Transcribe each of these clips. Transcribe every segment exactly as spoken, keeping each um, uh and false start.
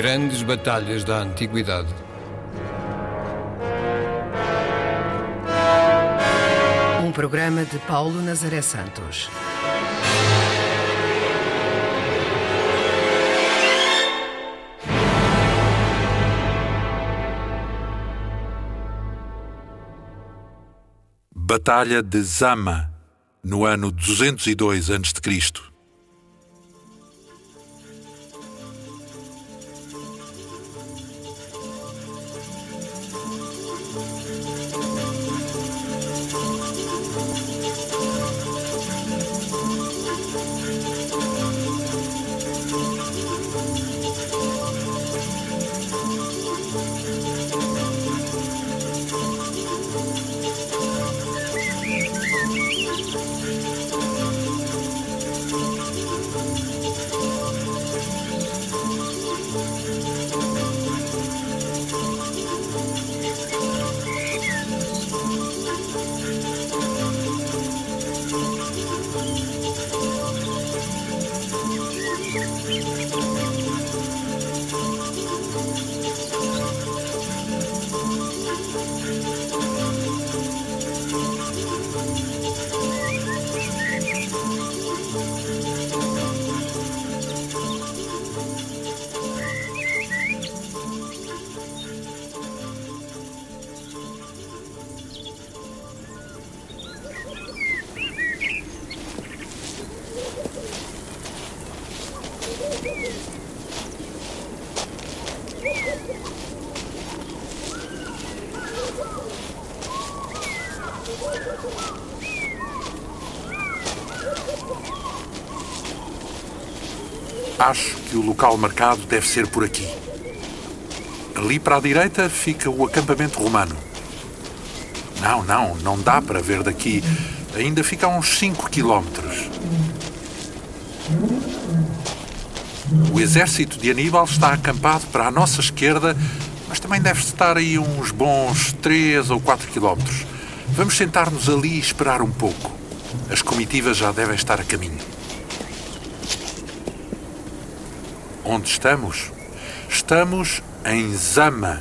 Grandes batalhas da antiguidade. Um programa de Paulo Nazaré Santos. Batalha de Zama, no ano duzentos e dois antes de Cristo. Acho que o local marcado deve ser por aqui. Ali para a direita fica o acampamento romano. Não, não, não dá para ver daqui. Ainda fica a uns cinco quilómetros. O exército de Aníbal está acampado para a nossa esquerda, mas também deve estar aí uns bons três ou quatro quilómetros. Vamos sentar-nos ali e esperar um pouco. As comitivas já devem estar a caminho. Onde estamos? Estamos em Zama.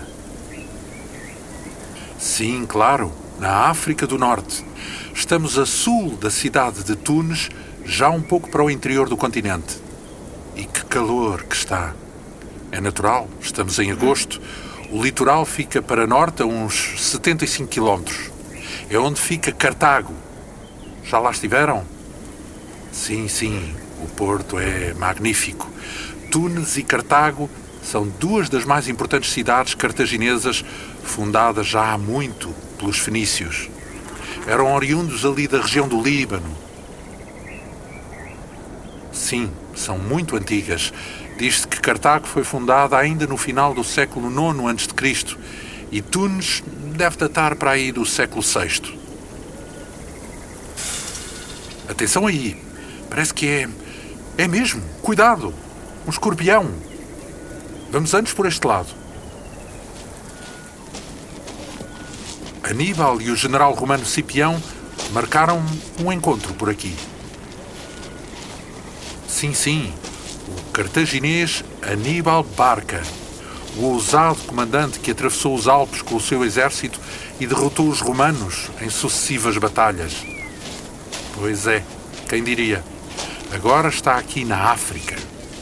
Sim, claro, na África do Norte. Estamos a sul da cidade de Tunes, já um pouco para o interior do continente. E que calor que está! É natural, estamos em agosto. O litoral fica para norte a uns setenta e cinco quilómetros. É onde fica Cartago. Já lá estiveram? Sim, sim, o porto é magnífico. Tunes e Cartago são duas das mais importantes cidades cartaginesas fundadas já há muito pelos fenícios. Eram oriundos ali da região do Líbano. Sim, são muito antigas. Diz-se que Cartago foi fundada ainda no final do século nono antes de Cristo e Tunes deve datar para aí do século sexto. Atenção aí, parece que é... é mesmo, cuidado! Um escorpião. Vamos antes por este lado. Aníbal e o general romano Cipião marcaram um encontro por aqui. Sim, sim, o cartaginês Aníbal Barca, o ousado comandante que atravessou os Alpes com o seu exército e derrotou os romanos em sucessivas batalhas. Pois é, quem diria? Agora está aqui na África.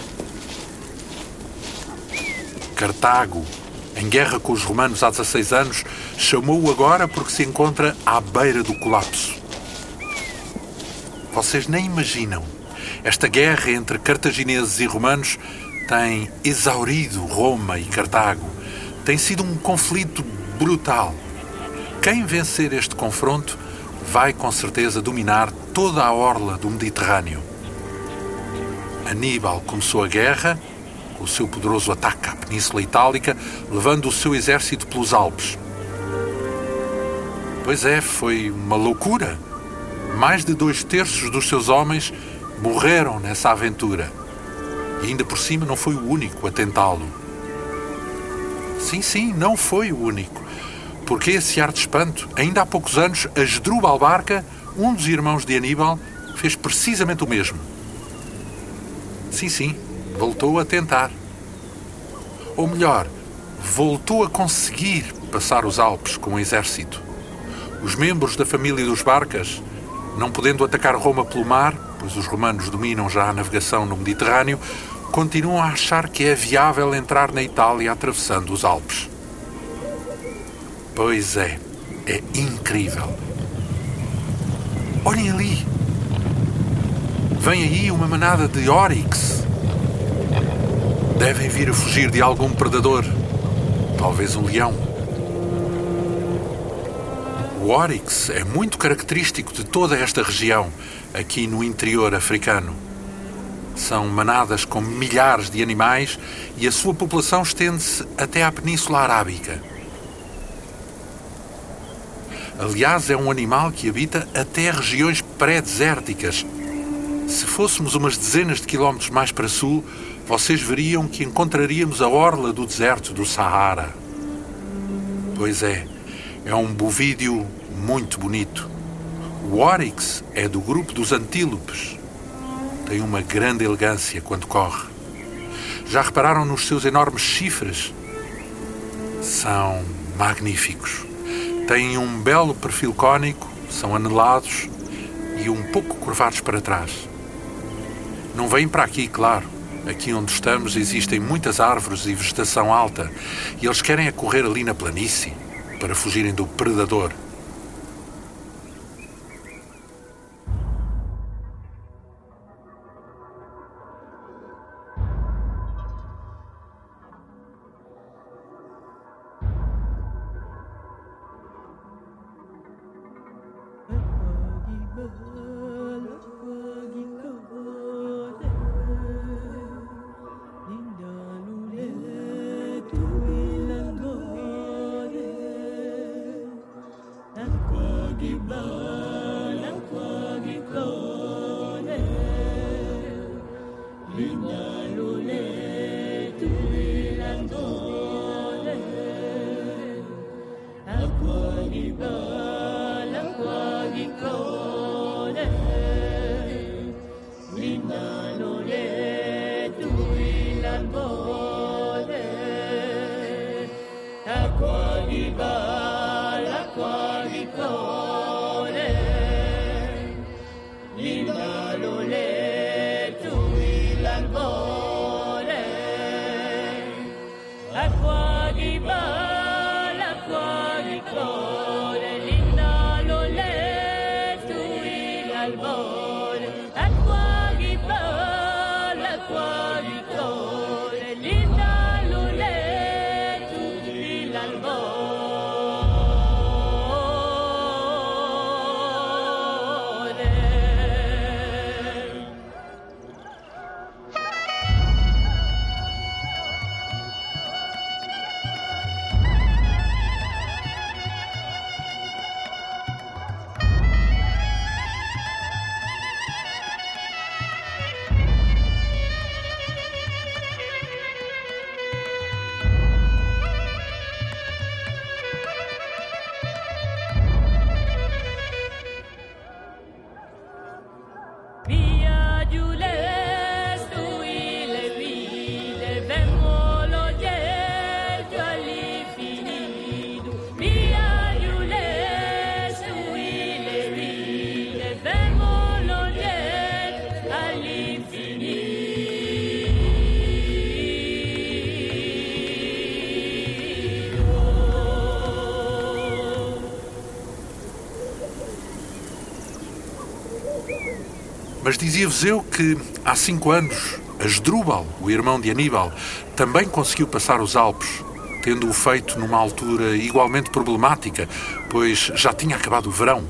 Cartago, em guerra com os romanos há dezasseis anos, chamou-o agora porque se encontra à beira do colapso. Vocês nem imaginam. Esta guerra entre cartagineses e romanos tem exaurido Roma e Cartago. Tem sido um conflito brutal. Quem vencer este confronto vai com certeza dominar toda a orla do Mediterrâneo. Aníbal começou a guerra com o seu poderoso ataque à Península Itálica, levando o seu exército pelos Alpes. Pois é, foi uma loucura. Mais de dois terços dos seus homens morreram nessa aventura. E ainda por cima não foi o único a tentá-lo. Sim, sim, não foi o único. Porque esse ar de espanto, ainda há poucos anos, Asdrúbal Barca, um dos irmãos de Aníbal, fez precisamente o mesmo. Sim, sim, voltou a tentar. Ou melhor, voltou a conseguir passar os Alpes com um exército. Os membros da família dos Barcas, não podendo atacar Roma pelo mar, pois os romanos dominam já a navegação no Mediterrâneo, continuam a achar que é viável entrar na Itália atravessando os Alpes. Pois é, é incrível. Olhem ali. Vem aí uma manada de oryx. Devem vir a fugir de algum predador. Talvez um leão. O oryx é muito característico de toda esta região, aqui no interior africano. São manadas com milhares de animais e a sua população estende-se até à Península Arábica. Aliás, é um animal que habita até regiões pré-desérticas. Se fôssemos umas dezenas de quilómetros mais para sul, vocês veriam que encontraríamos a orla do deserto do Saara. Pois é, é um bovídeo muito bonito. O oryx é do grupo dos antílopes. Tem uma grande elegância quando corre. Já repararam nos seus enormes chifres? São magníficos. Têm um belo perfil cônico, são anelados e um pouco curvados para trás. Não vêm para aqui, claro. Aqui onde estamos existem muitas árvores e vegetação alta e eles querem é correr ali na planície para fugirem do predador. Mas dizia-vos eu que, há cinco anos, Asdrúbal, o irmão de Aníbal, também conseguiu passar os Alpes, tendo-o feito numa altura igualmente problemática, pois já tinha acabado o verão.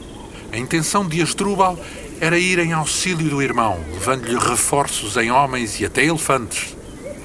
A intenção de Asdrúbal era ir em auxílio do irmão, levando-lhe reforços em homens e até elefantes.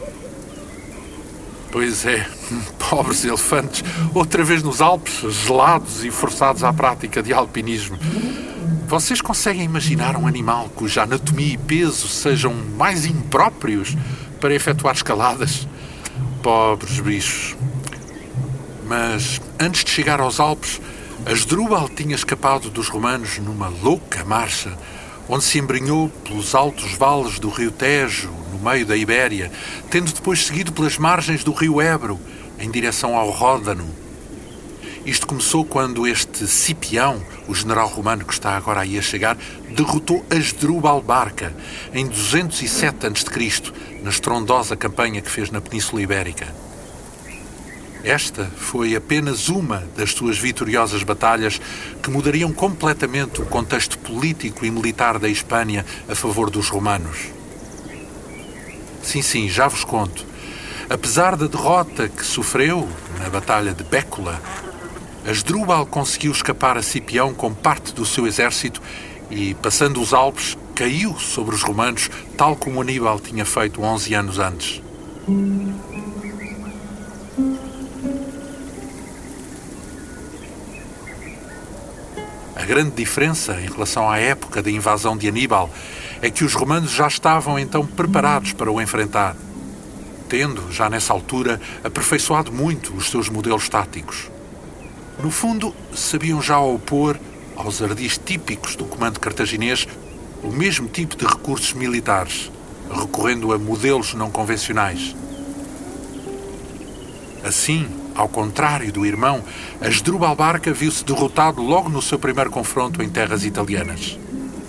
Pois é, pobres elefantes, outra vez nos Alpes, gelados e forçados à prática de alpinismo. Vocês conseguem imaginar um animal cuja anatomia e peso sejam mais impróprios para efetuar escaladas? Pobres bichos. Mas, antes de chegar aos Alpes, Asdrúbal tinha escapado dos romanos numa louca marcha, onde se embrenhou pelos altos vales do rio Tejo, no meio da Ibéria, tendo depois seguido pelas margens do rio Ebro, em direção ao Ródano. Isto começou quando este Cipião, o general romano que está agora aí a chegar, derrotou Asdrúbal Barca em duzentos e sete antes de Cristo, na estrondosa campanha que fez na Península Ibérica. Esta foi apenas uma das suas vitoriosas batalhas que mudariam completamente o contexto político e militar da Hispânia a favor dos romanos. Sim, sim, já vos conto. Apesar da derrota que sofreu na Batalha de Bécula, Asdrúbal conseguiu escapar a Cipião com parte do seu exército e, passando os Alpes, caiu sobre os romanos, tal como Aníbal tinha feito onze anos antes. A grande diferença em relação à época da invasão de Aníbal é que os romanos já estavam então preparados para o enfrentar, tendo, já nessa altura, aperfeiçoado muito os seus modelos táticos. No fundo, sabiam já opor aos ardis típicos do comando cartaginês o mesmo tipo de recursos militares, recorrendo a modelos não convencionais. Assim, ao contrário do irmão, Asdrúbal Barca viu-se derrotado logo no seu primeiro confronto em terras italianas.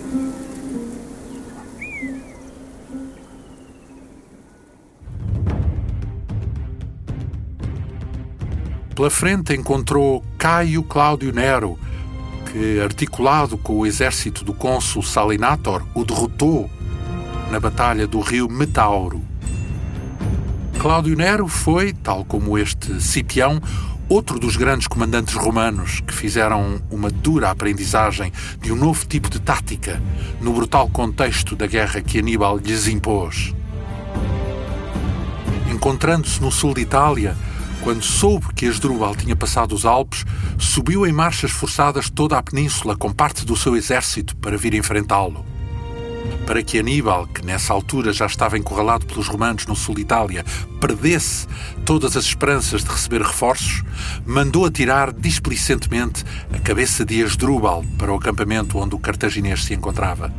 Pela frente encontrou Caio Cláudio Nero, que, articulado com o exército do cônsul Salinator, o derrotou na batalha do rio Metauro. Cláudio Nero foi, tal como este Cipião, outro dos grandes comandantes romanos que fizeram uma dura aprendizagem de um novo tipo de tática no brutal contexto da guerra que Aníbal lhes impôs. Encontrando-se no sul de Itália, quando soube que Asdrúbal tinha passado os Alpes, subiu em marchas forçadas toda a península com parte do seu exército para vir enfrentá-lo. Para que Aníbal, que nessa altura já estava encurralado pelos romanos no sul de Itália, perdesse todas as esperanças de receber reforços, mandou atirar displicentemente a cabeça de Asdrúbal para o acampamento onde o cartaginês se encontrava.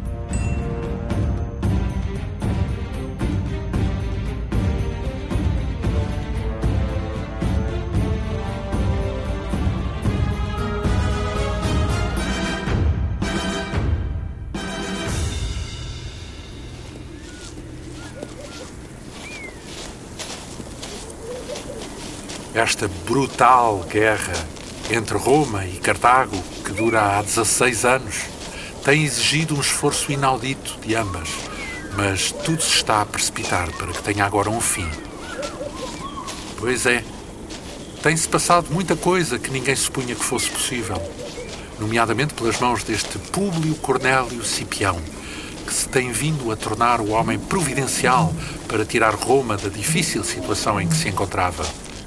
Esta brutal guerra entre Roma e Cartago, que dura há dezasseis anos, tem exigido um esforço inaudito de ambas, mas tudo se está a precipitar para que tenha agora um fim. Pois é, tem-se passado muita coisa que ninguém supunha que fosse possível, nomeadamente pelas mãos deste Públio Cornélio Cipião, que se tem vindo a tornar o homem providencial para tirar Roma da difícil situação em que se encontrava.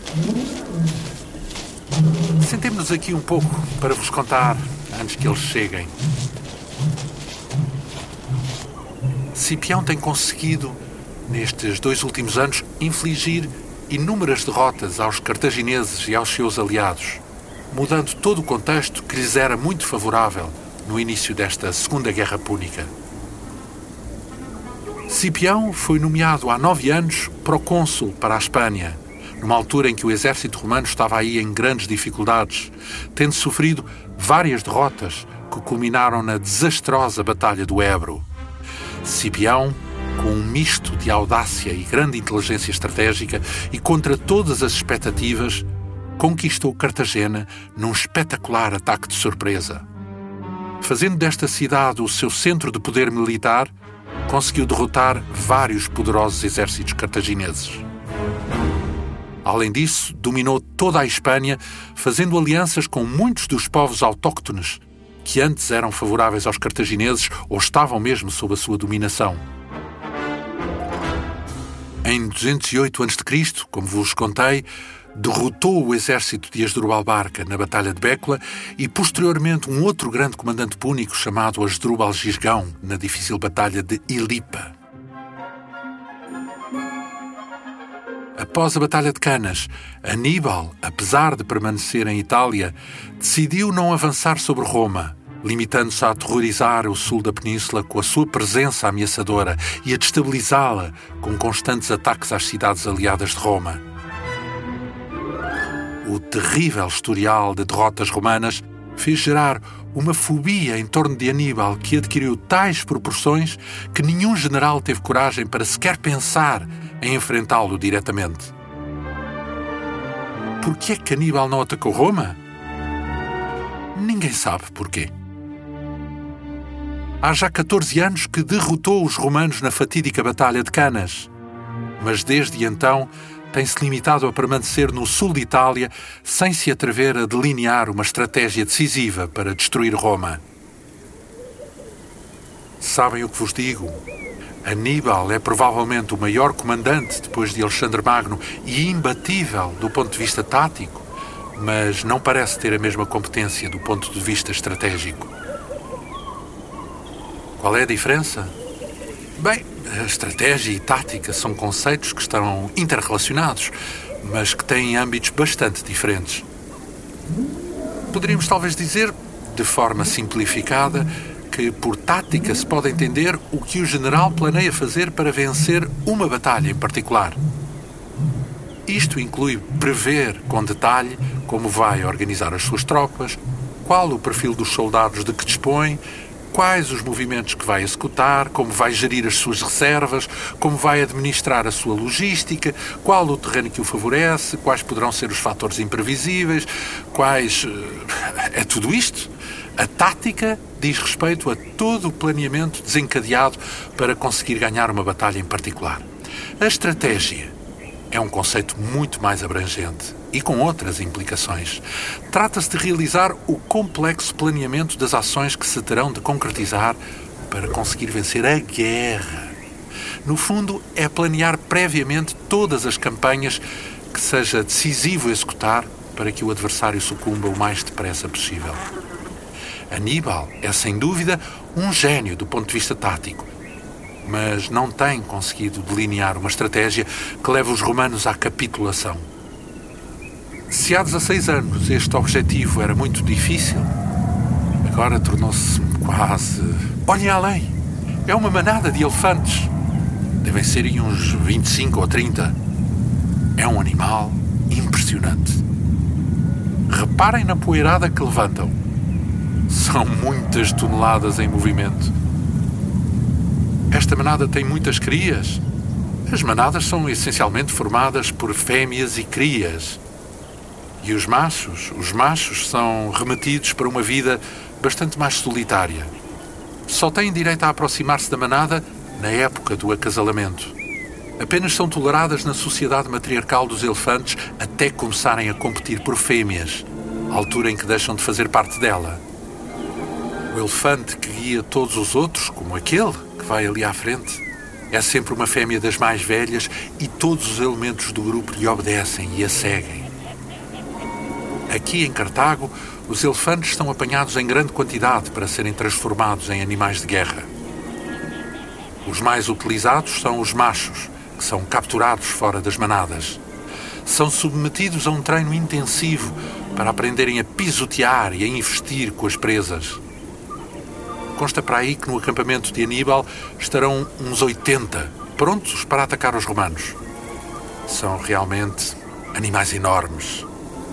Sentemo-nos aqui um pouco para vos contar antes que eles cheguem. Cipião tem conseguido, nestes dois últimos anos, infligir inúmeras derrotas aos cartagineses e aos seus aliados, mudando todo o contexto que lhes era muito favorável no início desta Segunda Guerra Púnica. Cipião foi nomeado há nove anos procônsul para a Espanha, numa altura em que o exército romano estava aí em grandes dificuldades, tendo sofrido várias derrotas que culminaram na desastrosa Batalha do Ebro. Cipião, com um misto de audácia e grande inteligência estratégica e contra todas as expectativas, conquistou Cartagena num espetacular ataque de surpresa. Fazendo desta cidade o seu centro de poder militar, conseguiu derrotar vários poderosos exércitos cartagineses. Além disso, dominou toda a Espanha, fazendo alianças com muitos dos povos autóctones que antes eram favoráveis aos cartagineses ou estavam mesmo sob a sua dominação. Em duzentos e oito antes de Cristo, como vos contei, derrotou o exército de Asdrúbal Barca na Batalha de Bécula e, posteriormente, um outro grande comandante púnico chamado Asdrúbal Gisgão na difícil Batalha de Ilipa. Após a Batalha de Canas, Aníbal, apesar de permanecer em Itália, decidiu não avançar sobre Roma limitando-se a aterrorizar o sul da península com a sua presença ameaçadora e a destabilizá-la com constantes ataques às cidades aliadas de Roma. O terrível historial de derrotas romanas fez gerar uma fobia em torno de Aníbal que adquiriu tais proporções que nenhum general teve coragem para sequer pensar em enfrentá-lo diretamente. Por que é que Aníbal não atacou Roma? Ninguém sabe porquê. Há já catorze anos que derrotou os romanos na fatídica Batalha de Canas, mas desde então tem-se limitado a permanecer no sul de Itália sem se atrever a delinear uma estratégia decisiva para destruir Roma. Sabem o que vos digo? Aníbal é provavelmente o maior comandante depois de Alexandre Magno e imbatível do ponto de vista tático, mas não parece ter a mesma competência do ponto de vista estratégico. Qual é a diferença? Bem, a estratégia e tática são conceitos que estão interrelacionados, mas que têm âmbitos bastante diferentes. Poderíamos talvez dizer, de forma simplificada, que por tática se pode entender o que o general planeia fazer para vencer uma batalha em particular. Isto inclui prever com detalhe como vai organizar as suas tropas, qual o perfil dos soldados de que dispõe, quais os movimentos que vai executar, como vai gerir as suas reservas, como vai administrar a sua logística, qual o terreno que o favorece, quais poderão ser os fatores imprevisíveis, quais... É tudo isto. A tática diz respeito a todo o planeamento desencadeado para conseguir ganhar uma batalha em particular. A estratégia é um conceito muito mais abrangente e com outras implicações. Trata-se de realizar o complexo planeamento das ações que se terão de concretizar para conseguir vencer a guerra. No fundo, é planear previamente todas as campanhas que seja decisivo executar para que o adversário sucumba o mais depressa possível. Aníbal é, sem dúvida, um gênio do ponto de vista tático, mas não tem conseguido delinear uma estratégia que leve os romanos à capitulação. Se há dezasseis anos este objetivo era muito difícil, agora tornou-se quase... Olhem além! É uma manada de elefantes. Devem ser uns vinte e cinco ou trinta. É um animal impressionante. Reparem na poeirada que levantam. São muitas toneladas em movimento. Esta manada tem muitas crias. As manadas são essencialmente formadas por fêmeas e crias. E os machos, os machos são remetidos para uma vida bastante mais solitária. Só têm direito a aproximar-se da manada na época do acasalamento. Apenas são toleradas na sociedade matriarcal dos elefantes até começarem a competir por fêmeas, altura em que deixam de fazer parte dela. O elefante que guia todos os outros, como aquele que vai ali à frente, é sempre uma fêmea das mais velhas e todos os elementos do grupo lhe obedecem e a seguem. Aqui em Cartago, os elefantes são apanhados em grande quantidade para serem transformados em animais de guerra. Os mais utilizados são os machos, que são capturados fora das manadas. São submetidos a um treino intensivo para aprenderem a pisotear e a investir com as presas. Consta para aí que no acampamento de Aníbal estarão uns oitenta, prontos para atacar os romanos. São realmente animais enormes.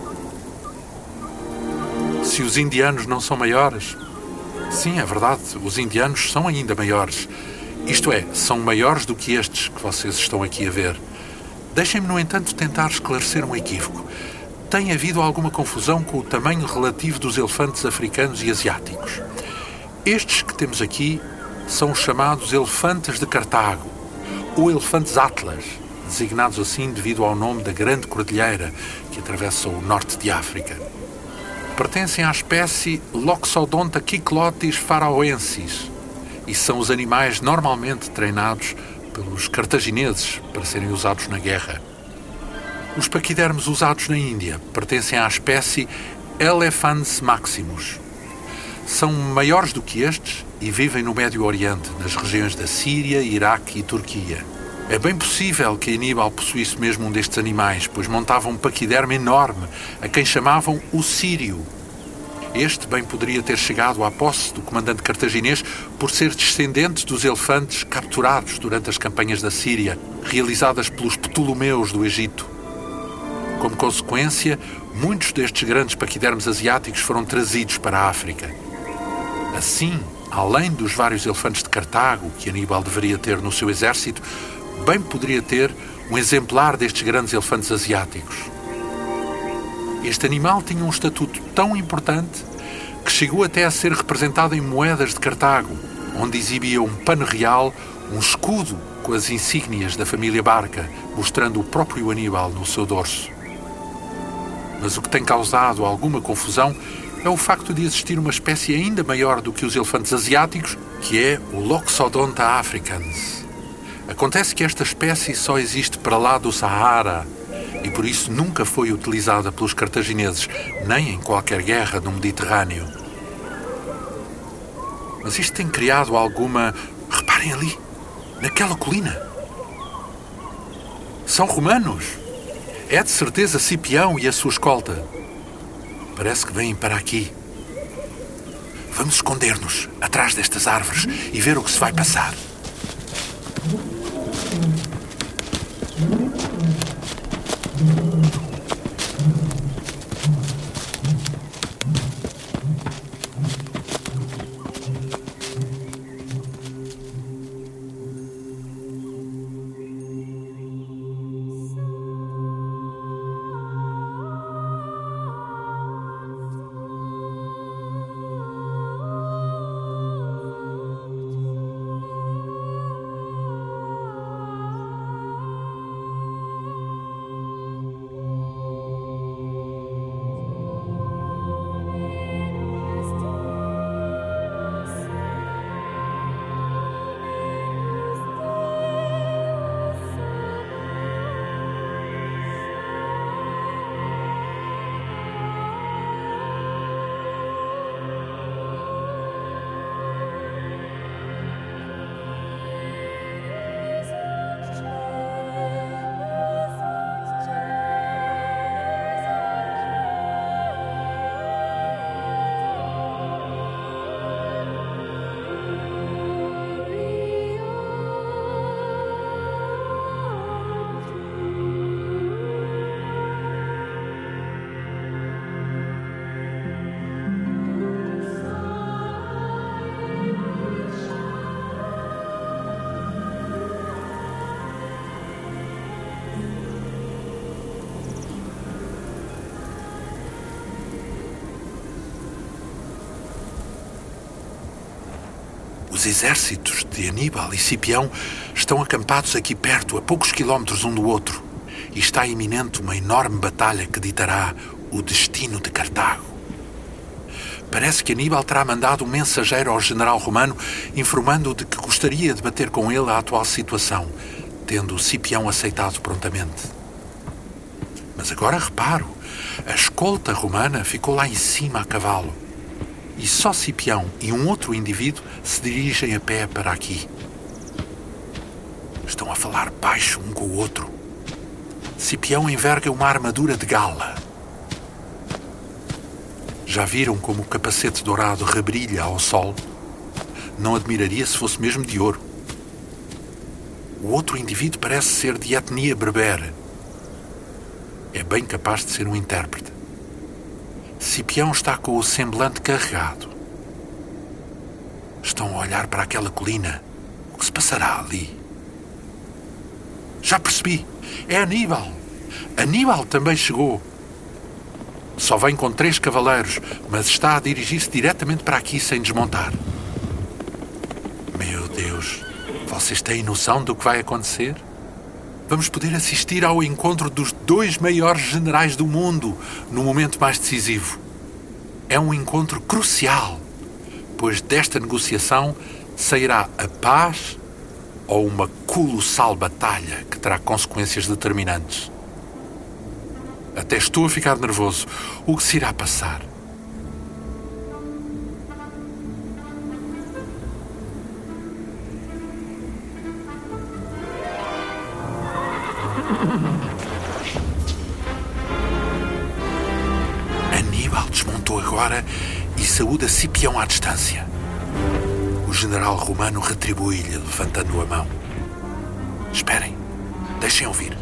Se os indianos não são maiores... Sim, é verdade, os indianos são ainda maiores. Isto é, são maiores do que estes que vocês estão aqui a ver. Deixem-me, no entanto, tentar esclarecer um equívoco. Tem havido alguma confusão com o tamanho relativo dos elefantes africanos e asiáticos. Estes que temos aqui são os chamados elefantes de Cartago, ou elefantes Atlas, designados assim devido ao nome da grande cordilheira que atravessa o norte de África. Pertencem à espécie Loxodonta Cyclotis pharaoensis e são os animais normalmente treinados pelos cartagineses para serem usados na guerra. Os paquidermos usados na Índia pertencem à espécie Elephants maximus. São maiores do que estes e vivem no Médio Oriente, nas regiões da Síria, Iraque e Turquia. É bem possível que Aníbal possuísse mesmo um destes animais, pois montava um paquidermo enorme, a quem chamavam o Sírio. Este bem poderia ter chegado à posse do comandante cartaginês por ser descendente dos elefantes capturados durante as campanhas da Síria, realizadas pelos Ptolomeus do Egito. Como consequência, muitos destes grandes paquidermos asiáticos foram trazidos para a África. Assim, além dos vários elefantes de Cartago que Aníbal deveria ter no seu exército, bem poderia ter um exemplar destes grandes elefantes asiáticos. Este animal tinha um estatuto tão importante que chegou até a ser representado em moedas de Cartago, onde exibia um pano real, um escudo com as insígnias da família Barca, mostrando o próprio Aníbal no seu dorso. Mas o que tem causado alguma confusão é o facto de existir uma espécie ainda maior do que os elefantes asiáticos, que é o Loxodonta africans. Acontece que esta espécie só existe para lá do Saara e por isso nunca foi utilizada pelos cartagineses, nem em qualquer guerra no Mediterrâneo. Mas isto tem criado alguma... Reparem ali, naquela colina. São romanos. É de certeza Cipião e a sua escolta. Parece que vêm para aqui. Vamos esconder-nos atrás destas árvores e ver o que se vai passar. Os exércitos de Aníbal e Cipião estão acampados aqui perto, a poucos quilómetros um do outro, e está iminente uma enorme batalha que ditará o destino de Cartago. Parece que Aníbal terá mandado um mensageiro ao general romano informando-o de que gostaria de bater com ele a atual situação, tendo Cipião aceitado prontamente. Mas agora reparo, a escolta romana ficou lá em cima a cavalo. E só Cipião e um outro indivíduo se dirigem a pé para aqui. Estão a falar baixo um com o outro. Cipião enverga uma armadura de gala. Já viram como o capacete dourado rebrilha ao sol? Não admiraria se fosse mesmo de ouro. O outro indivíduo parece ser de etnia berbere. É bem capaz de ser um intérprete. Cipião está com o semblante carregado. Estão a olhar para aquela colina. O que se passará ali? Já percebi. É Aníbal. Aníbal também chegou. Só vem com três cavaleiros, mas está a dirigir-se diretamente para aqui sem desmontar. Meu Deus, vocês têm noção do que vai acontecer? Vamos poder assistir ao encontro dos dois maiores generais do mundo no momento mais decisivo. É um encontro crucial, pois desta negociação sairá a paz ou uma colossal batalha que terá consequências determinantes. Até estou a ficar nervoso. O que se irá passar? Aníbal desmontou agora saúda Cipião à distância. O general romano retribui-lhe, levantando a mão. Esperem, deixem ouvir.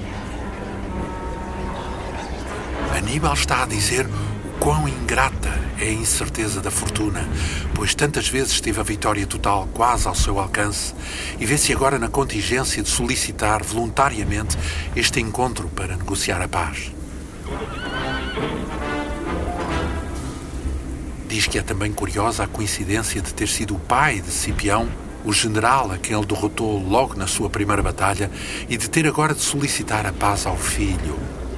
Aníbal está a dizer o quão ingrata é a incerteza da fortuna, pois tantas vezes teve a vitória total quase ao seu alcance e vê-se agora na contingência de solicitar voluntariamente este encontro para negociar a paz. Diz que é também curiosa a coincidência de ter sido o pai de Cipião, o general a quem ele derrotou logo na sua primeira batalha, e de ter agora de solicitar a paz ao filho.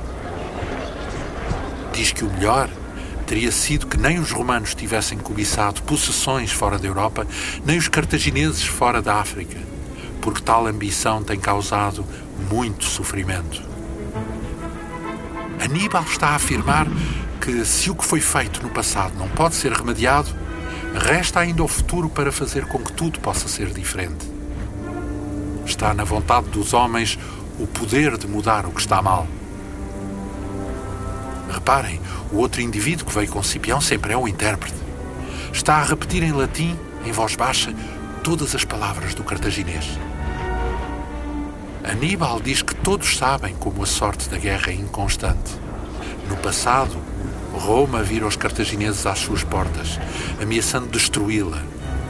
Diz que o melhor teria sido que nem os romanos tivessem cobiçado possessões fora da Europa, nem os cartagineses fora da África, porque tal ambição tem causado muito sofrimento. Aníbal está a afirmar que, se o que foi feito no passado não pode ser remediado, resta ainda o futuro para fazer com que tudo possa ser diferente. Está na vontade dos homens o poder de mudar o que está mal. Reparem, o outro indivíduo que veio com Cipião sempre é o intérprete. Está a repetir em latim, em voz baixa, todas as palavras do cartaginês. Aníbal diz que todos sabem como a sorte da guerra é inconstante. No passado, Roma vira os cartagineses às suas portas, ameaçando destruí-la.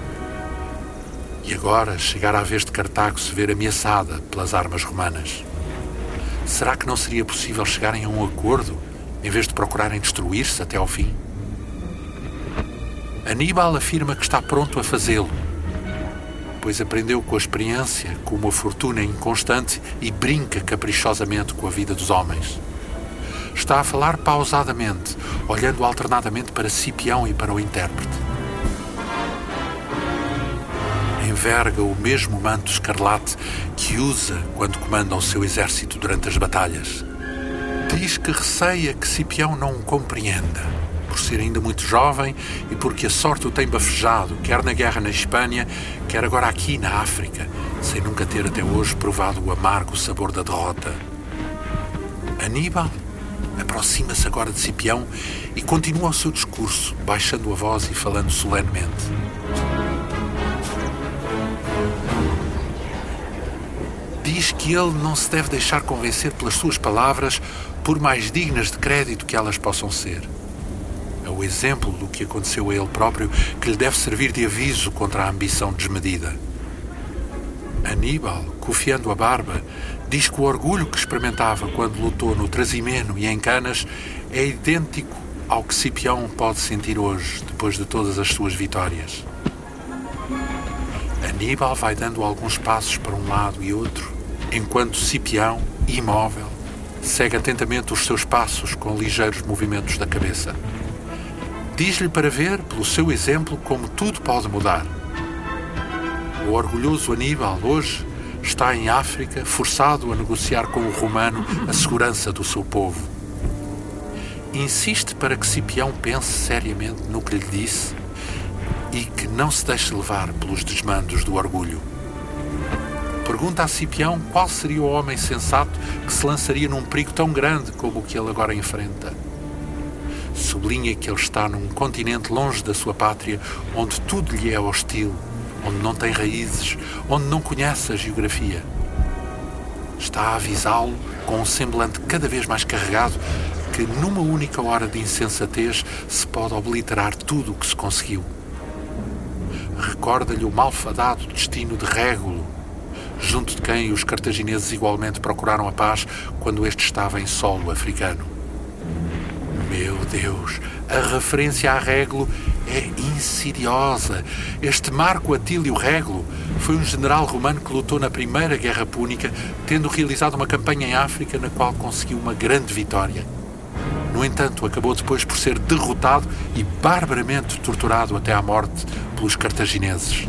E agora chegará a vez de Cartago se ver ameaçada pelas armas romanas. Será que não seria possível chegarem a um acordo, em vez de procurarem destruir-se até ao fim? Aníbal afirma que está pronto a fazê-lo, pois aprendeu com a experiência como a fortuna é inconstante e brinca caprichosamente com a vida dos homens. Está a falar pausadamente, olhando alternadamente para Cipião e para o intérprete. Enverga o mesmo manto escarlate que usa quando comanda o seu exército durante as batalhas. Diz que receia que Cipião não o compreenda, por ser ainda muito jovem e porque a sorte o tem bafejado, quer na guerra na Espanha, quer agora aqui na África, sem nunca ter até hoje provado o amargo sabor da derrota. Aníbal aproxima-se agora de Cipião e continua o seu discurso, baixando a voz e falando solenemente. Diz que ele não se deve deixar convencer pelas suas palavras, por mais dignas de crédito que elas possam ser. É o exemplo do que aconteceu a ele próprio que lhe deve servir de aviso contra a ambição desmedida. Aníbal, cofiando a barba, diz que o orgulho que experimentava quando lutou no Trasimeno e em Canas é idêntico ao que Cipião pode sentir hoje, depois de todas as suas vitórias. Aníbal vai dando alguns passos para um lado e outro, enquanto Cipião, imóvel, segue atentamente os seus passos com ligeiros movimentos da cabeça. Diz-lhe para ver, pelo seu exemplo, como tudo pode mudar. O orgulhoso Aníbal, hoje, está em África, forçado a negociar com o romano a segurança do seu povo. Insiste para que Cipião pense seriamente no que lhe disse e que não se deixe levar pelos desmandos do orgulho. Pergunta a Cipião qual seria o homem sensato que se lançaria num perigo tão grande como o que ele agora enfrenta. Sublinha que ele está num continente longe da sua pátria, onde tudo lhe é hostil, onde não tem raízes, onde não conhece a geografia. Está a avisá-lo com um semblante cada vez mais carregado que numa única hora de insensatez se pode obliterar tudo o que se conseguiu. Recorda-lhe o malfadado destino de Régulo, junto de quem os cartagineses igualmente procuraram a paz quando este estava em solo africano. Meu Deus, a referência a Régulo é insidiosa. Este Marco Atílio Régulo foi um general romano que lutou na Primeira Guerra Púnica, tendo realizado uma campanha em África na qual conseguiu uma grande vitória. No entanto, acabou depois por ser derrotado e barbaramente torturado até à morte pelos cartagineses.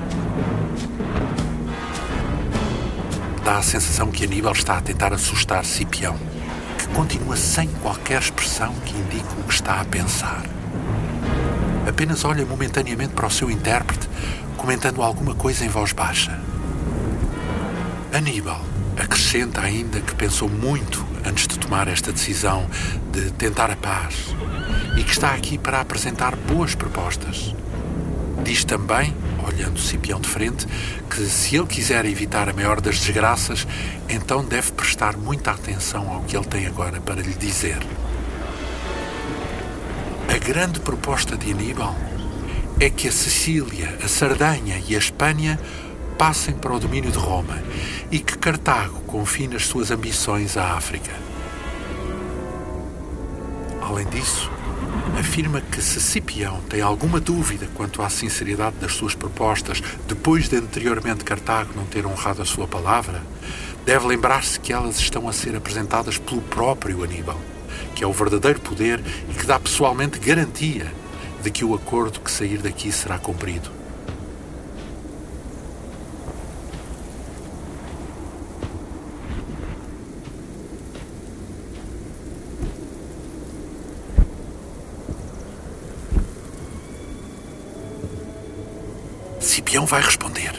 Dá a sensação que Aníbal está a tentar assustar Cipião, que continua sem qualquer expressão que indique o que está a pensar. Apenas olha momentaneamente para o seu intérprete, comentando alguma coisa em voz baixa. Aníbal acrescenta ainda que pensou muito antes de tomar esta decisão de tentar a paz e que está aqui para apresentar boas propostas. Diz também, olhando Cipião de frente, que se ele quiser evitar a maior das desgraças, então deve prestar muita atenção ao que ele tem agora para lhe dizer. A grande proposta de Aníbal é que a Sicília, a Sardanha e a Espanha passem para o domínio de Roma e que Cartago confine as suas ambições à África. Além disso, afirma que se Cipião tem alguma dúvida quanto à sinceridade das suas propostas, depois de anteriormente Cartago não ter honrado a sua palavra, deve lembrar-se que elas estão a ser apresentadas pelo próprio Aníbal, que é o verdadeiro poder e que dá pessoalmente garantia de que o acordo que sair daqui será cumprido. Cipião vai responder.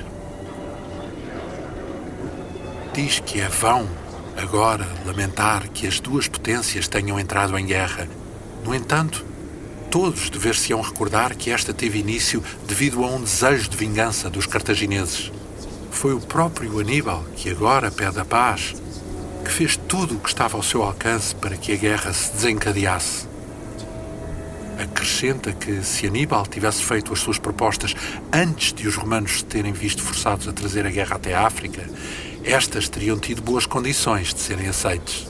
Diz que é vão, agora, lamentar que as duas potências tenham entrado em guerra. No entanto, todos dever-se-ão recordar que esta teve início devido a um desejo de vingança dos cartagineses. Foi o próprio Aníbal, que agora pede a paz, que fez tudo o que estava ao seu alcance para que a guerra se desencadeasse. Acrescenta que, se Aníbal tivesse feito as suas propostas antes de os romanos se terem visto forçados a trazer a guerra até a África, estas teriam tido boas condições de serem aceites.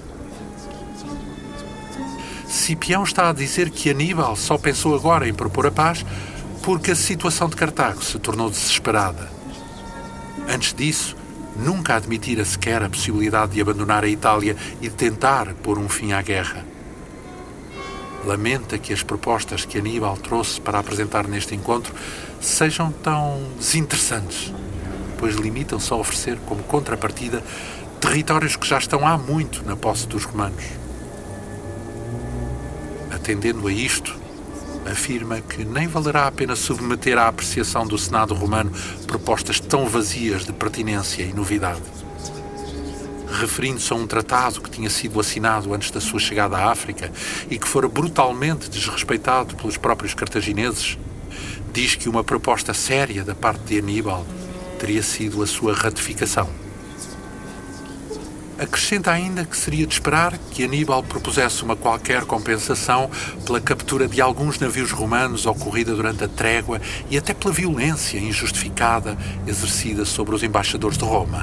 Cipião está a dizer que Aníbal só pensou agora em propor a paz porque a situação de Cartago se tornou desesperada. Antes disso, nunca admitira sequer a possibilidade de abandonar a Itália e de tentar pôr um fim à guerra. Lamenta que as propostas que Aníbal trouxe para apresentar neste encontro sejam tão desinteressantes, pois limitam-se a oferecer como contrapartida territórios que já estão há muito na posse dos romanos. Atendendo a isto, afirma que nem valerá a pena submeter à apreciação do Senado romano propostas tão vazias de pertinência e novidade. Referindo-se a um tratado que tinha sido assinado antes da sua chegada à África e que fora brutalmente desrespeitado pelos próprios cartagineses, diz que uma proposta séria da parte de Aníbal teria sido a sua ratificação. Acrescenta ainda que seria de esperar que Aníbal propusesse uma qualquer compensação pela captura de alguns navios romanos ocorrida durante a trégua e até pela violência injustificada exercida sobre os embaixadores de Roma.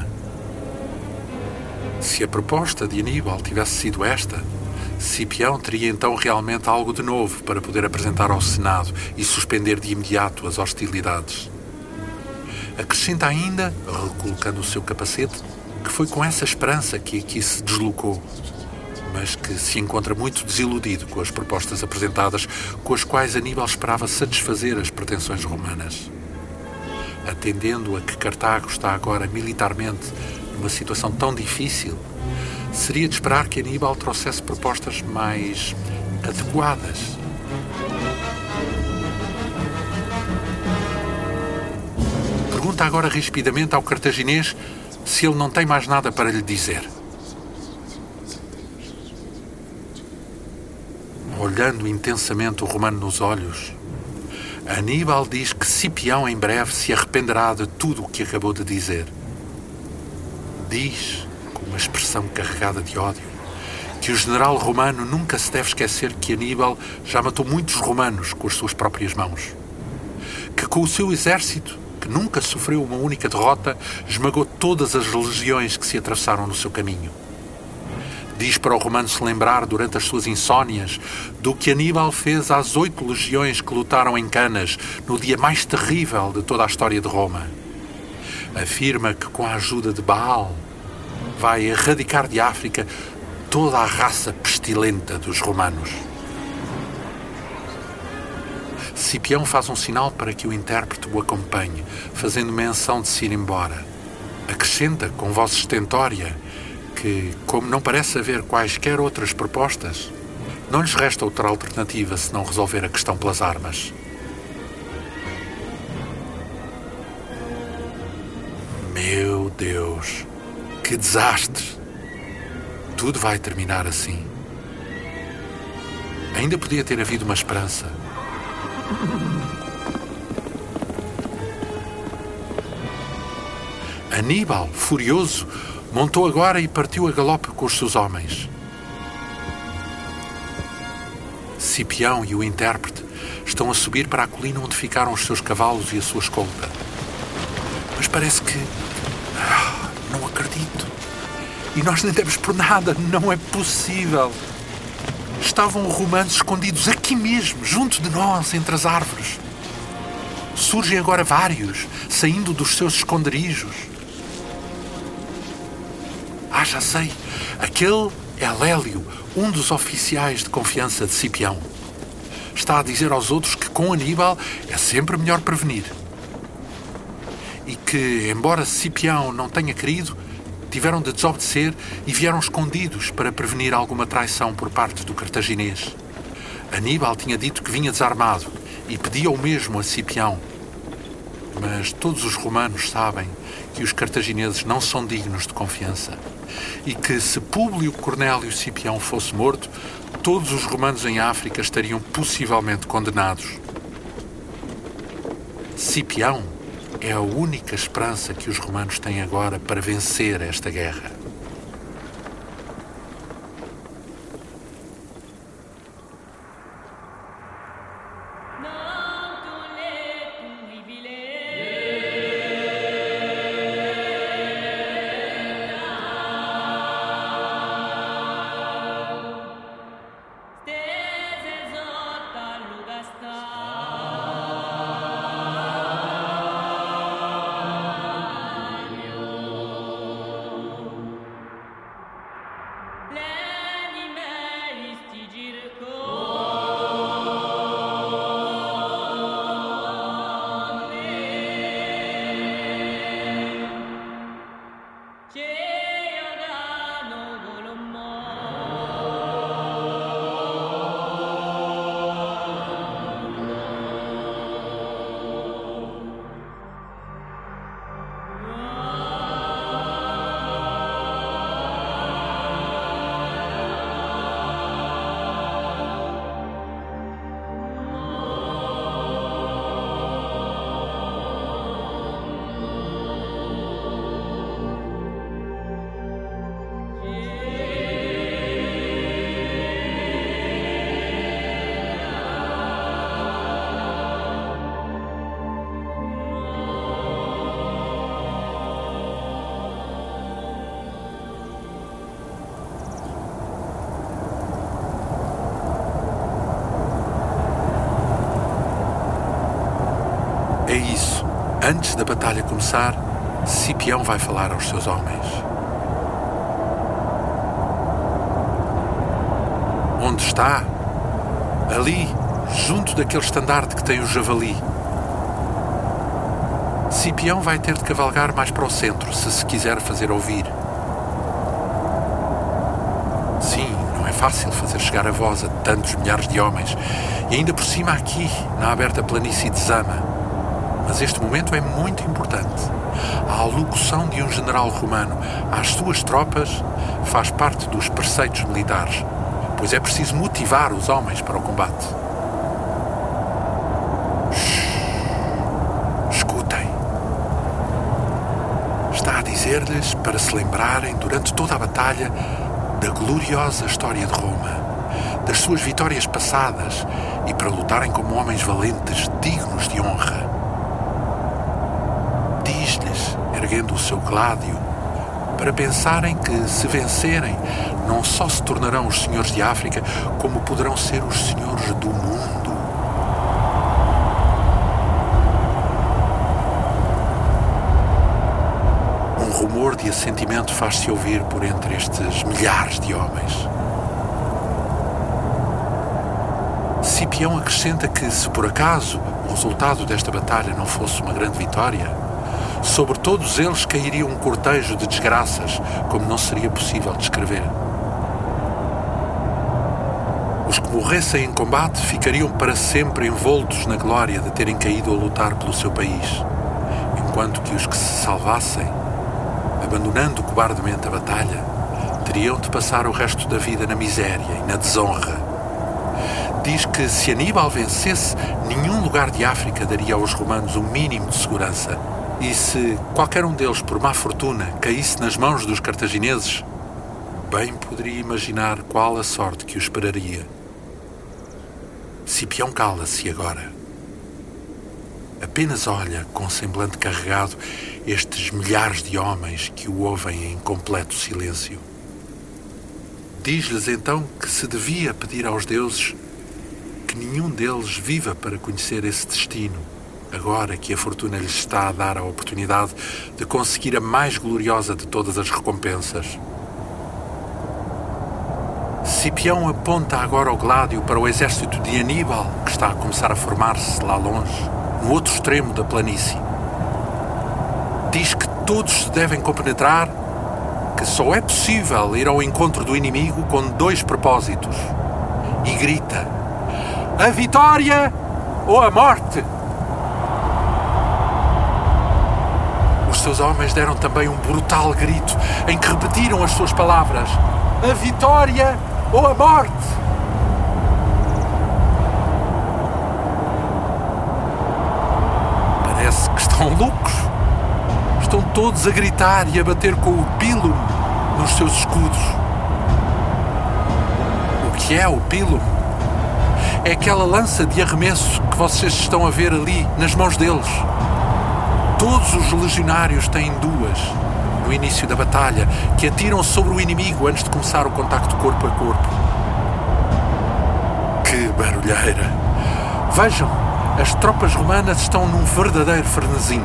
Se a proposta de Aníbal tivesse sido esta, Cipião teria então realmente algo de novo para poder apresentar ao Senado e suspender de imediato as hostilidades. Acrescenta ainda, recolocando o seu capacete, que foi com essa esperança que aqui se deslocou, mas que se encontra muito desiludido com as propostas apresentadas, com as quais Aníbal esperava satisfazer as pretensões romanas. Atendendo a que Cartago está agora militarmente numa situação tão difícil, seria de esperar que Aníbal trouxesse propostas mais adequadas. Pergunta agora rispidamente ao cartaginês se ele não tem mais nada para lhe dizer. Olhando intensamente o romano nos olhos, Aníbal diz que Cipião em breve se arrependerá de tudo o que acabou de dizer. Diz, com uma expressão carregada de ódio, que o general romano nunca se deve esquecer que Aníbal já matou muitos romanos com as suas próprias mãos. Que com o seu exército, que nunca sofreu uma única derrota, esmagou todas as legiões que se atravessaram no seu caminho. Diz para o romano se lembrar, durante as suas insónias, do que Aníbal fez às oito legiões que lutaram em Canas, no dia mais terrível de toda a história de Roma. Afirma que com a ajuda de Baal vai erradicar de África toda a raça pestilenta dos romanos. Cipião faz um sinal para que o intérprete o acompanhe, fazendo menção de se ir embora. Acrescenta, com voz estentória, que, como não parece haver quaisquer outras propostas, não lhes resta outra alternativa senão resolver a questão pelas armas. Meu Deus, que desastre! Tudo vai terminar assim. Ainda podia ter havido uma esperança. Aníbal, furioso, montou agora e partiu a galope com os seus homens. Cipião e o intérprete estão a subir para a colina onde ficaram os seus cavalos e a sua escolta. Mas parece que... Ah, não acredito. E nós nem demos por nada. Não é possível. Estavam romanos escondidos aqui mesmo, junto de nós, entre as árvores. Surgem agora vários, saindo dos seus esconderijos. Ah, já sei. Aquele é Lélio, um dos oficiais de confiança de Cipião. Está a dizer aos outros que com Aníbal é sempre melhor prevenir. E que, embora Cipião não tenha querido, tiveram de desobedecer e vieram escondidos para prevenir alguma traição por parte do cartaginês. Aníbal tinha dito que vinha desarmado e pedia o mesmo a Cipião. Mas todos os romanos sabem que os cartagineses não são dignos de confiança e que, se Públio Cornélio Cipião fosse morto, todos os romanos em África estariam possivelmente condenados. Cipião é a única esperança que os romanos têm agora para vencer esta guerra. É isso. Antes da batalha começar, Cipião vai falar aos seus homens. Onde está? Ali, junto daquele estandarte que tem o javali. Cipião vai ter de cavalgar mais para o centro, se se quiser fazer ouvir. Sim, não é fácil fazer chegar a voz a tantos milhares de homens, e ainda por cima aqui, na aberta planície de Zama. Mas este momento é muito importante. A alocução de um general romano às suas tropas faz parte dos preceitos militares, pois é preciso motivar os homens para o combate. Shhh. Escutem. Está a dizer-lhes para se lembrarem durante toda a batalha da gloriosa história de Roma, das suas vitórias passadas e para lutarem como homens valentes, dignos de honra. Diz-lhes, erguendo o seu gládio, para pensarem que, se vencerem, não só se tornarão os senhores de África, como poderão ser os senhores do mundo. Um rumor de assentimento faz-se ouvir por entre estes milhares de homens. Cipião acrescenta que, se por acaso o resultado desta batalha não fosse uma grande vitória, sobre todos eles cairia um cortejo de desgraças, como não seria possível descrever. Os que morressem em combate ficariam para sempre envoltos na glória de terem caído a lutar pelo seu país, enquanto que os que se salvassem, abandonando cobardemente a batalha, teriam de passar o resto da vida na miséria e na desonra. diz que se Aníbal vencesse, nenhum lugar de África daria aos romanos o mínimo de segurança. E se qualquer um deles, por má fortuna, caísse nas mãos dos cartagineses, bem poderia imaginar qual a sorte que o esperaria. Cipião cala-se agora. Apenas olha, com semblante carregado, estes milhares de homens que o ouvem em completo silêncio. Diz-lhes então que se devia pedir aos deuses que nenhum deles viva para conhecer esse destino, agora que a fortuna lhes está a dar a oportunidade de conseguir a mais gloriosa de todas as recompensas. Cipião aponta agora o gládio para o exército de Aníbal, que está a começar a formar-se lá longe, no outro extremo da planície. Diz que todos se devem compenetrar, que só é possível ir ao encontro do inimigo com dois propósitos. E grita: a vitória ou a morte! Os seus homens deram também um brutal grito, em que repetiram as suas palavras: a vitória ou a morte! Parece que estão loucos. Estão todos a gritar e a bater com o pilum nos seus escudos. O que é o pilum? É aquela lança de arremesso que vocês estão a ver ali nas mãos deles. Todos os legionários têm duas, no início da batalha, que atiram sobre o inimigo antes de começar o contacto corpo a corpo. Que barulheira! Vejam, as tropas romanas estão num verdadeiro frenesim.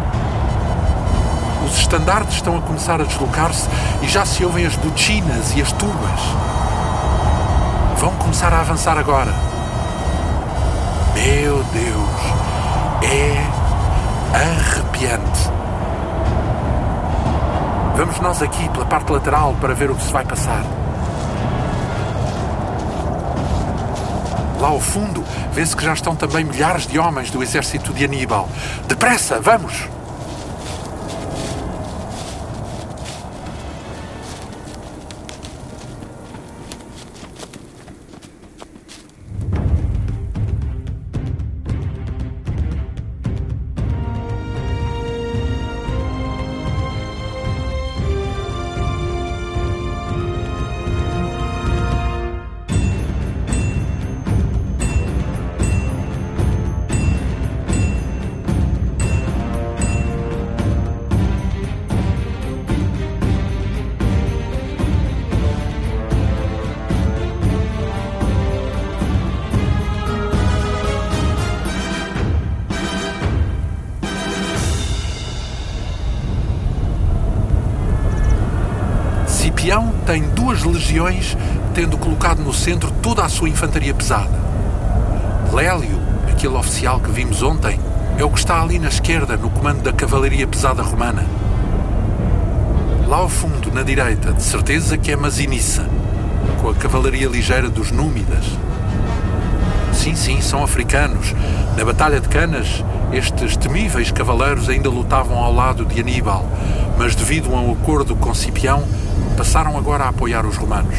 Os estandartes estão a começar a deslocar-se e já se ouvem as botinas e as tubas. Vão começar a avançar agora. Meu Deus, é arrepiante. Vamos nós aqui pela parte lateral para ver o que se vai passar. Lá ao fundo, vê-se que já estão também milhares de homens do exército de Aníbal. Depressa, vamos! Cipião tem duas legiões, tendo colocado no centro toda a sua infantaria pesada. Lélio, aquele oficial que vimos ontem, é o que está ali na esquerda, no comando da cavalaria pesada romana. Lá ao fundo, na direita, de certeza que é Masinissa, com a cavalaria ligeira dos Númidas. Sim, sim, são africanos. Na Batalha de Canas, estes temíveis cavaleiros ainda lutavam ao lado de Aníbal, mas devido a um acordo com Cipião, passaram agora a apoiar os romanos.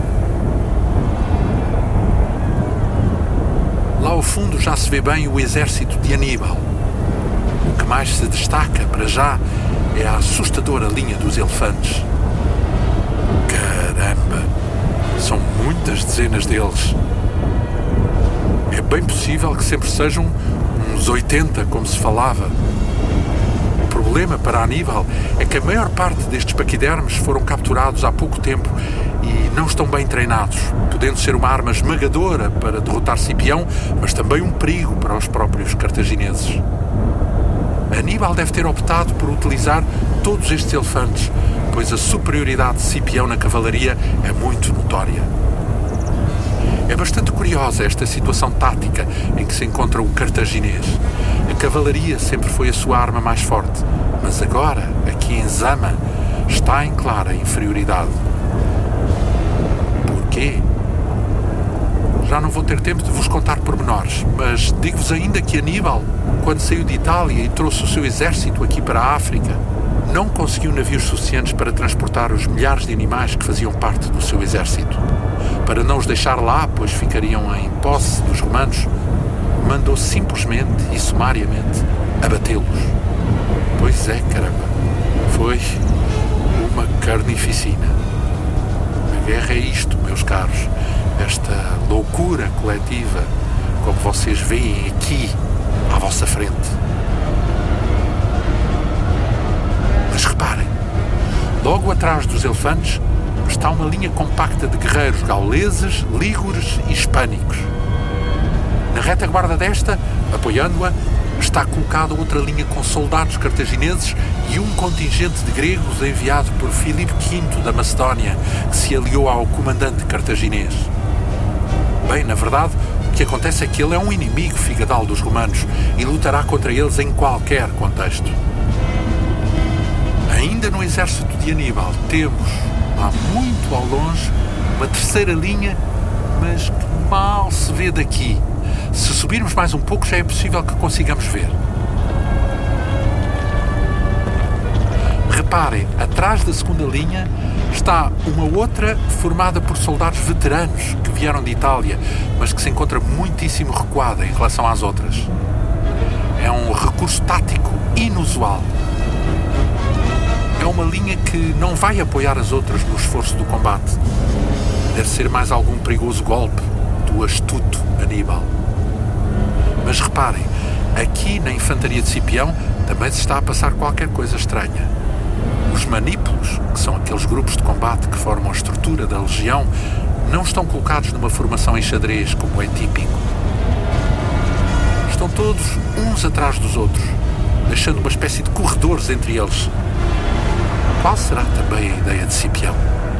Lá ao fundo já se vê bem o exército de Aníbal. O que mais se destaca, para já, é a assustadora linha dos elefantes. Caramba! São muitas dezenas deles. É bem possível que sempre sejam uns oitenta, como se falava. O problema para Aníbal é que a maior parte destes paquidermes foram capturados há pouco tempo e não estão bem treinados, podendo ser uma arma esmagadora para derrotar Cipião, mas também um perigo para os próprios cartagineses. Aníbal deve ter optado por utilizar todos estes elefantes, pois a superioridade de Cipião na cavalaria é muito notória. É bastante curiosa esta situação tática em que se encontra o cartaginês. A cavalaria sempre foi a sua arma mais forte, mas agora, aqui em Zama, está em clara inferioridade. Porquê? Já não vou ter tempo de vos contar pormenores, mas digo-vos ainda que Aníbal, quando saiu de Itália e trouxe o seu exército aqui para a África, não conseguiu navios suficientes para transportar os milhares de animais que faziam parte do seu exército. Para não os deixar lá, pois ficariam em posse dos romanos, mandou simplesmente e sumariamente abatê-los. Pois é, caramba, foi uma carnificina. A guerra é isto, meus caros, esta loucura coletiva, como vocês veem aqui, à vossa frente. Mas reparem, logo atrás dos elefantes está uma linha compacta de guerreiros gauleses, lígures e hispânicos. Na retaguarda desta, apoiando-a, está colocada outra linha com soldados cartagineses e um contingente de gregos enviado por Filipe quinto da Macedónia, que se aliou ao comandante cartaginês. Bem, na verdade, o que acontece é que ele é um inimigo figadal dos romanos e lutará contra eles em qualquer contexto. Ainda no exército de Aníbal temos, lá muito ao longe, uma terceira linha, mas que mal se vê daqui. Se subirmos mais um pouco já é possível que consigamos ver. Reparem, atrás da segunda linha está uma outra formada por soldados veteranos que vieram de Itália, mas que se encontra muitíssimo recuada em relação às outras. É um recurso tático inusual. É uma linha que não vai apoiar as outras no esforço do combate. Deve ser mais algum perigoso golpe do astuto Aníbal. Mas reparem, aqui na infantaria de Cipião também se está a passar qualquer coisa estranha. Os manípulos, que são aqueles grupos de combate que formam a estrutura da legião, não estão colocados numa formação em xadrez, como é típico. Estão todos uns atrás dos outros, deixando uma espécie de corredores entre eles. Qual será também a ideia de Cipião?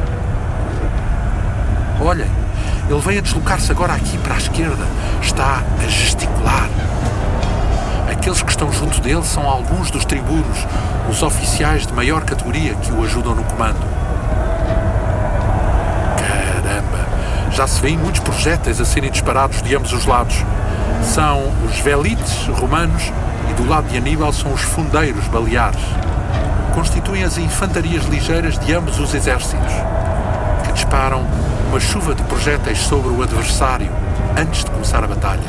Olhem, ele vem a deslocar-se agora aqui para a esquerda. Está a gesticular. Aqueles que estão junto dele são alguns dos tribunos, os oficiais de maior categoria que o ajudam no comando. Caramba! Já se vêem muitos projéteis a serem disparados de ambos os lados. São os velites romanos e do lado de Aníbal são os fundeiros baleares. Constituem as infantarias ligeiras de ambos os exércitos, que disparam uma chuva de projéteis sobre o adversário antes de começar a batalha.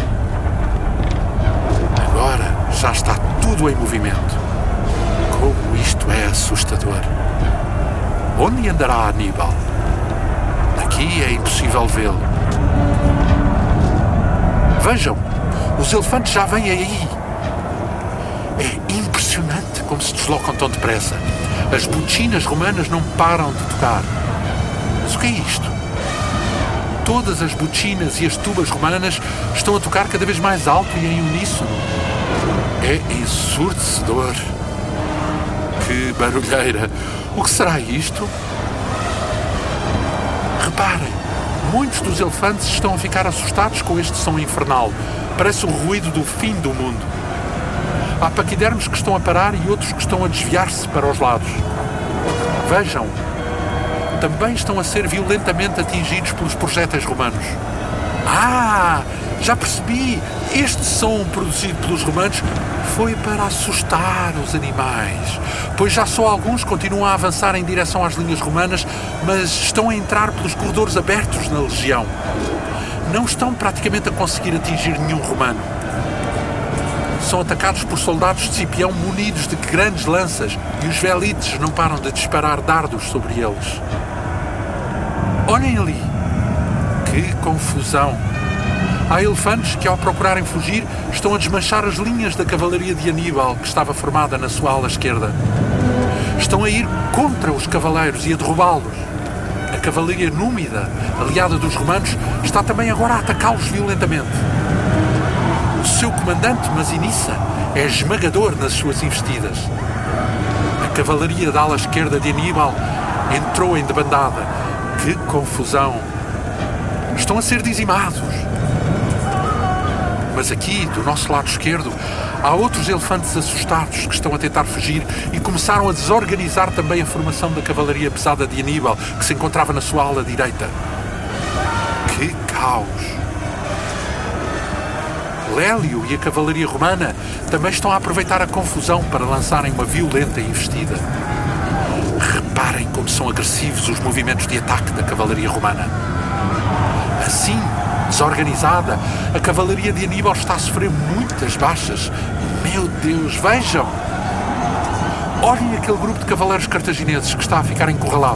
Agora já está tudo em movimento. Como isto é assustador. Onde andará Aníbal? Daqui é impossível vê-lo. Vejam, os elefantes já vêm aí. É impressionante como se deslocam tão depressa. As botinas romanas não param de tocar. Mas o que é isto? Todas as botinas e as tubas romanas estão a tocar cada vez mais alto e em uníssono. É ensurdecedor. Que barulheira! O que será isto? Reparem, muitos dos elefantes estão a ficar assustados com este som infernal. Parece o ruído do fim do mundo. Há paquidermos que estão a parar e outros que estão a desviar-se para os lados. Vejam, também estão a ser violentamente atingidos pelos projéteis romanos. Ah, já percebi! Este som produzido pelos romanos foi para assustar os animais, pois já só alguns continuam a avançar em direção às linhas romanas, mas estão a entrar pelos corredores abertos na legião. Não estão praticamente a conseguir atingir nenhum romano. São atacados por soldados de Cipião munidos de grandes lanças e os velites não param de disparar dardos sobre eles. Olhem ali! Que confusão! Há elefantes que, ao procurarem fugir, estão a desmanchar as linhas da cavalaria de Aníbal, que estava formada na sua ala esquerda. Estão a ir contra os cavaleiros e a derrubá-los. A cavalaria númida, aliada dos romanos, está também agora a atacá-los violentamente. O seu comandante, Masinissa, é esmagador nas suas investidas. A cavalaria da ala esquerda de Aníbal entrou em debandada. Que confusão! Estão a ser dizimados. Mas aqui, do nosso lado esquerdo, há outros elefantes assustados que estão a tentar fugir e começaram a desorganizar também a formação da cavalaria pesada de Aníbal, que se encontrava na sua ala direita. Que caos! Lélio e a cavalaria romana também estão a aproveitar a confusão para lançarem uma violenta investida. Reparem como são agressivos os movimentos de ataque da cavalaria romana. Assim, desorganizada, a cavalaria de Aníbal está a sofrer muitas baixas. Meu Deus, vejam! Olhem aquele grupo de cavaleiros cartagineses que está a ficar encurralado.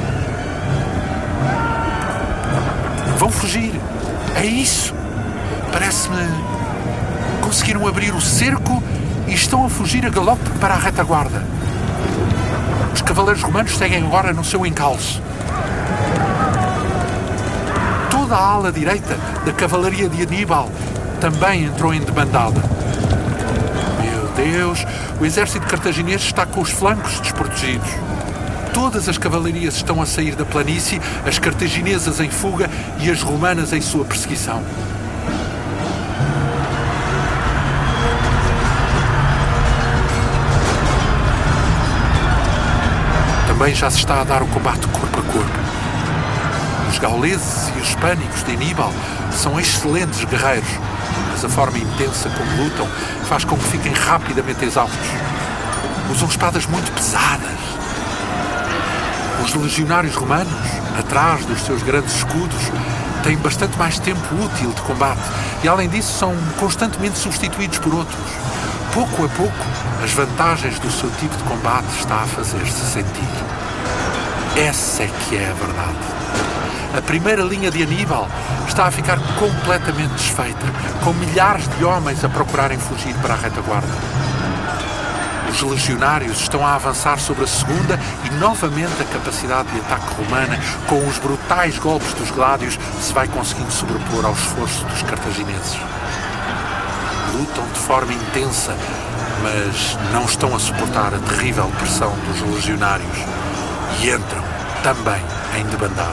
Vão fugir. É isso. Parece-me... Conseguiram abrir o cerco e estão a fugir a galope para a retaguarda. Os cavaleiros romanos seguem agora no seu encalço. Toda a ala direita da cavalaria de Aníbal também entrou em debandada. Meu Deus, o exército cartaginês está com os flancos desprotegidos. Todas as cavalarias estão a sair da planície, as cartaginesas em fuga e as romanas em sua perseguição. Também já se está a dar o combate corpo a corpo. Os gauleses e os hispânicos de Aníbal são excelentes guerreiros, mas a forma intensa como lutam faz com que fiquem rapidamente exaustos. Usam espadas muito pesadas. Os legionários romanos, atrás dos seus grandes escudos, têm bastante mais tempo útil de combate e, além disso, são constantemente substituídos por outros. Pouco a pouco, as vantagens do seu tipo de combate está a fazer-se sentir. Essa é que é a verdade. A primeira linha de Aníbal está a ficar completamente desfeita, com milhares de homens a procurarem fugir para a retaguarda. Os legionários estão a avançar sobre a segunda e, novamente, a capacidade de ataque romana, com os brutais golpes dos gládios, se vai conseguindo sobrepor ao esforço dos cartagineses. Lutam de forma intensa, mas não estão a suportar a terrível pressão dos legionários e entram também em debandada.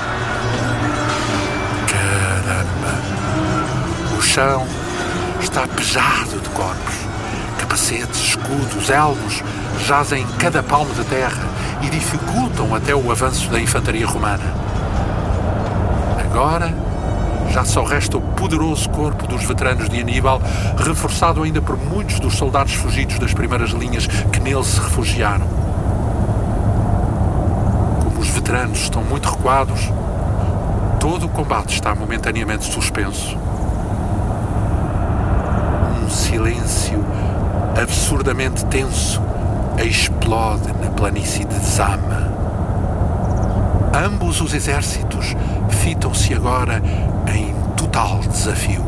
Caramba! O chão está pejado de corpos. Capacetes, escudos, elmos jazem em cada palmo de terra e dificultam até o avanço da infantaria romana. Agora, já só resta o poderoso corpo dos veteranos de Aníbal, reforçado ainda por muitos dos soldados fugidos das primeiras linhas que nele se refugiaram. Como os veteranos estão muito recuados, todo o combate está momentaneamente suspenso. Um silêncio absurdamente tenso explode na planície de Zama. Ambos os exércitos fitam-se agora em total desafio.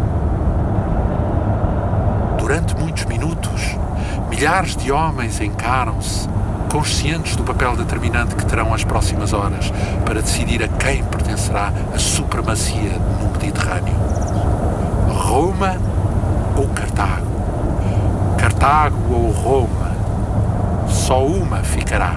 Durante muitos minutos, milhares de homens encaram-se, conscientes do papel determinante que terão as próximas horas para decidir a quem pertencerá a supremacia no Mediterrâneo. Roma ou Cartago? Cartago ou Roma? Só uma ficará.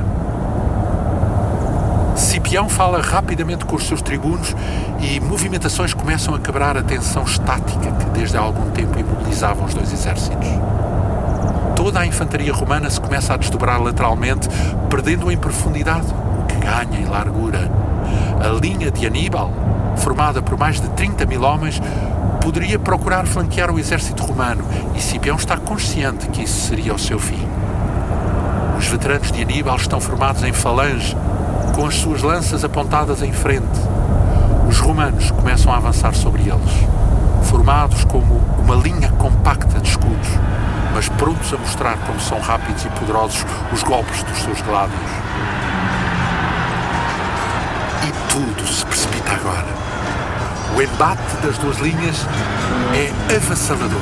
Cipião fala rapidamente com os seus tribunos e movimentações começam a quebrar a tensão estática que desde há algum tempo imobilizava os dois exércitos. Toda a infantaria romana se começa a desdobrar lateralmente, perdendo em profundidade, o que ganha em largura. A linha de Aníbal, formada por mais de trinta mil homens, poderia procurar flanquear o exército romano e Cipião está consciente que isso seria o seu fim. Os veteranos de Aníbal estão formados em falange, com as suas lanças apontadas em frente. Os romanos começam a avançar sobre eles, formados como uma linha compacta de escudos, mas prontos a mostrar como são rápidos e poderosos os golpes dos seus gládios. E tudo se precipita agora. O embate das duas linhas é avassalador.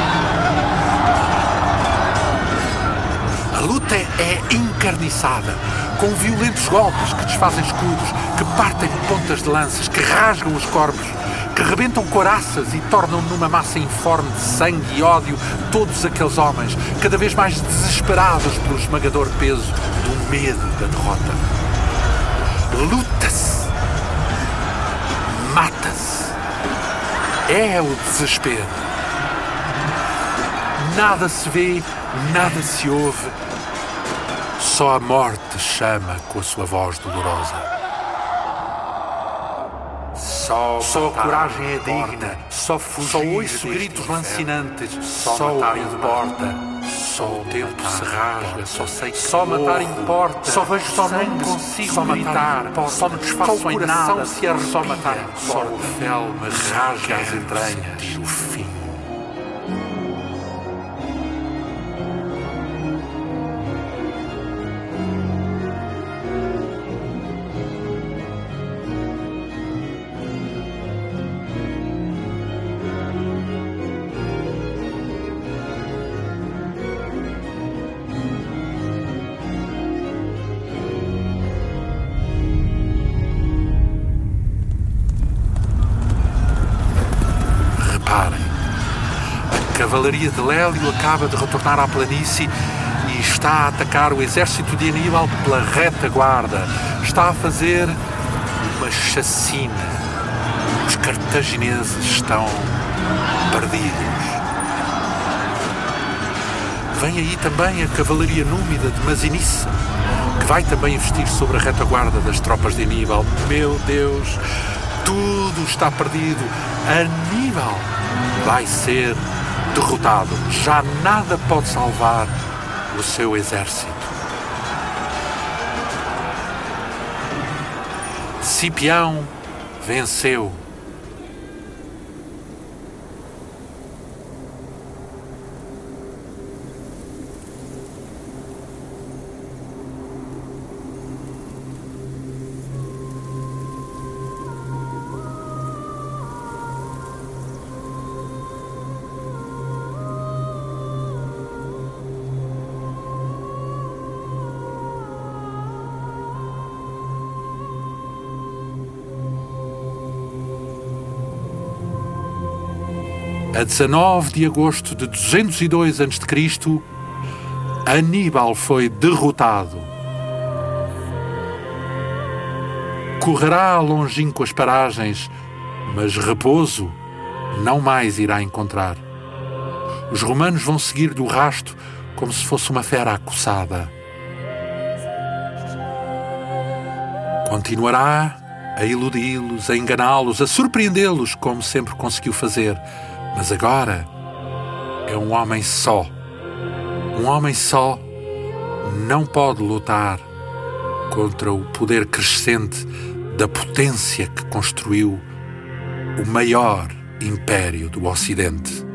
A luta é encarniçada, com violentos golpes que desfazem escudos, que partem pontas de lanças, que rasgam os corpos, que rebentam couraças e tornam numa massa informe de sangue e ódio todos aqueles homens, cada vez mais desesperados pelo esmagador peso do medo da derrota. Luta-se. Mata-se. É o desespero. Nada se vê, nada se ouve. Só a morte chama com a sua voz dolorosa. Só, só a coragem é digna. Só fugir. Só ouço gritos lancinantes. Só, só matar importa. Só o tempo se rasga. Só sei que só matar importa. Só vejo só sangue. Não consigo só gritar. Matar, só me desfaço só em nada. Se arrepia. Só matar importa. Só o fel me rasga as entranhas. O fim. A cavalaria de Lélio acaba de retornar à planície e está a atacar o exército de Aníbal pela retaguarda. Está a fazer uma chacina. Os cartagineses estão perdidos. Vem aí também a cavalaria númida de Massinissa, que vai também investir sobre a retaguarda das tropas de Aníbal. Meu Deus, tudo está perdido. Aníbal vai ser derrotado. Já nada pode salvar o seu exército. Cipião venceu. A dezanove de agosto de duzentos e dois antes de Cristo, Aníbal foi derrotado. Correrá longínquas paragens, mas repouso não mais irá encontrar. Os romanos vão seguir-lhe o rasto como se fosse uma fera acossada. Continuará a iludi-los, a enganá-los, a surpreendê-los, como sempre conseguiu fazer. Mas agora é um homem só. Um homem só não pode lutar contra o poder crescente da potência que construiu o maior império do Ocidente,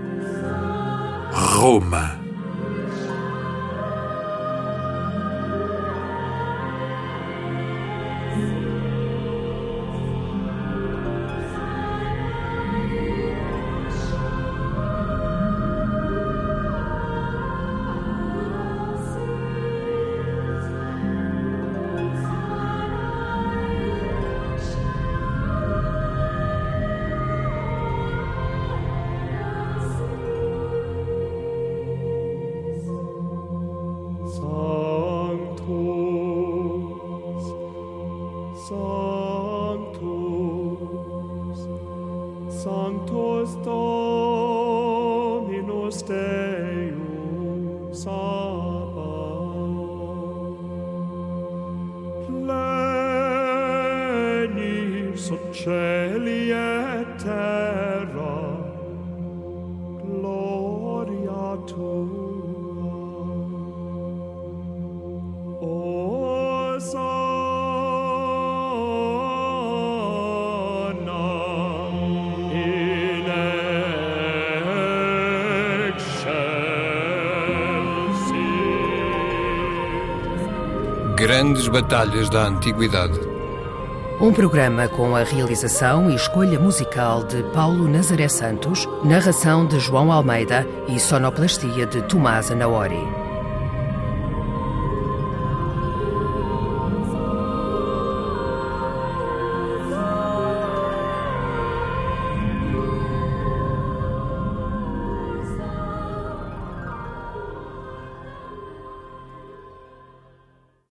Roma. Sanctus Dominus Deus Sabaoth, pleni sunt caeli et terra, gloria tua. Grandes Batalhas da Antiguidade. Um programa com a realização e escolha musical de Paulo Nazaré Santos, narração de João Almeida e sonoplastia de Tomás Anaori.